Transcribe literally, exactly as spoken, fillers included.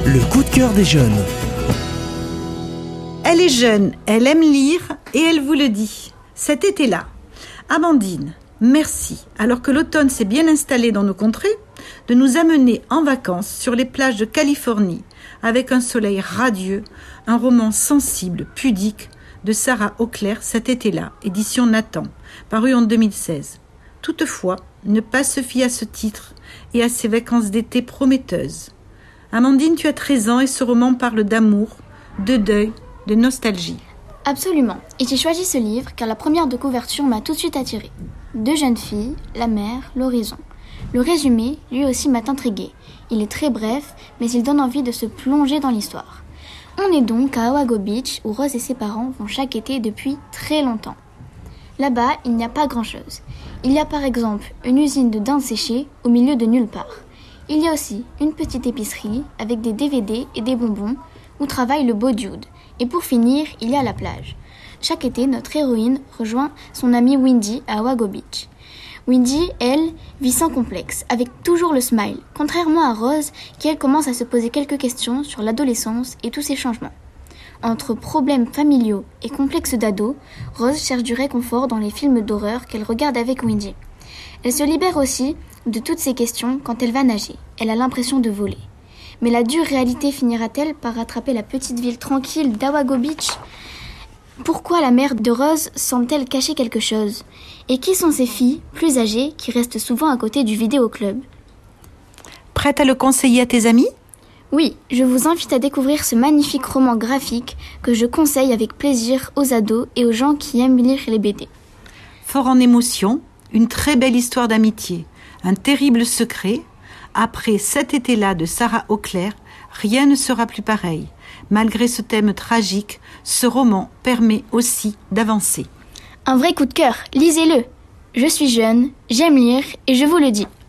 Le coup de cœur des jeunes. Elle est jeune, elle aime lire et elle vous le dit. Cet été-là, Amandine, merci, alors que l'automne s'est bien installé dans nos contrées, de nous amener en vacances sur les plages de Californie avec un soleil radieux, un roman sensible, pudique de Sarah Auclair cet été-là, édition Nathan, paru en deux mille seize. Toutefois, ne pas se fier à ce titre et à ces vacances d'été prometteuses. Amandine, tu as treize ans et ce roman parle d'amour, de deuil, de nostalgie. Absolument. Et j'ai choisi ce livre car la première de couverture m'a tout de suite attirée. Deux jeunes filles, la mer, l'horizon. Le résumé, lui aussi, m'a intriguée. Il est très bref, mais il donne envie de se plonger dans l'histoire. On est donc à Owago Beach, où Rose et ses parents vont chaque été depuis très longtemps. Là-bas, il n'y a pas grand-chose. Il y a par exemple une usine de dinde séchée au milieu de nulle part. Il y a aussi une petite épicerie avec des D V D et des bonbons où travaille le beau Jude. Et pour finir, il y a la plage. Chaque été, notre héroïne rejoint son amie Windy à Owago Beach. Windy, elle, vit sans complexe, avec toujours le smile, contrairement à Rose, qui elle commence à se poser quelques questions sur l'adolescence et tous ses changements. Entre problèmes familiaux et complexes d'ado, Rose cherche du réconfort dans les films d'horreur qu'elle regarde avec Windy. Elle se libère aussi de toutes ces questions quand elle va nager. Elle a l'impression de voler. Mais la dure réalité finira-t-elle par rattraper la petite ville tranquille d'Owago Beach ? Pourquoi la mère de Rose semble-t-elle cacher quelque chose ? Et qui sont ces filles, plus âgées, qui restent souvent à côté du vidéoclub ? Prête à le conseiller à tes amis ? Oui, je vous invite à découvrir ce magnifique roman graphique que je conseille avec plaisir aux ados et aux gens qui aiment lire les B D. Fort en émotion, une très belle histoire d'amitié, un terrible secret. Après cet été-là de Sarah Auclair, rien ne sera plus pareil. Malgré ce thème tragique, ce roman permet aussi d'avancer. Un vrai coup de cœur, lisez-le. Je suis jeune, j'aime lire et je vous le dis.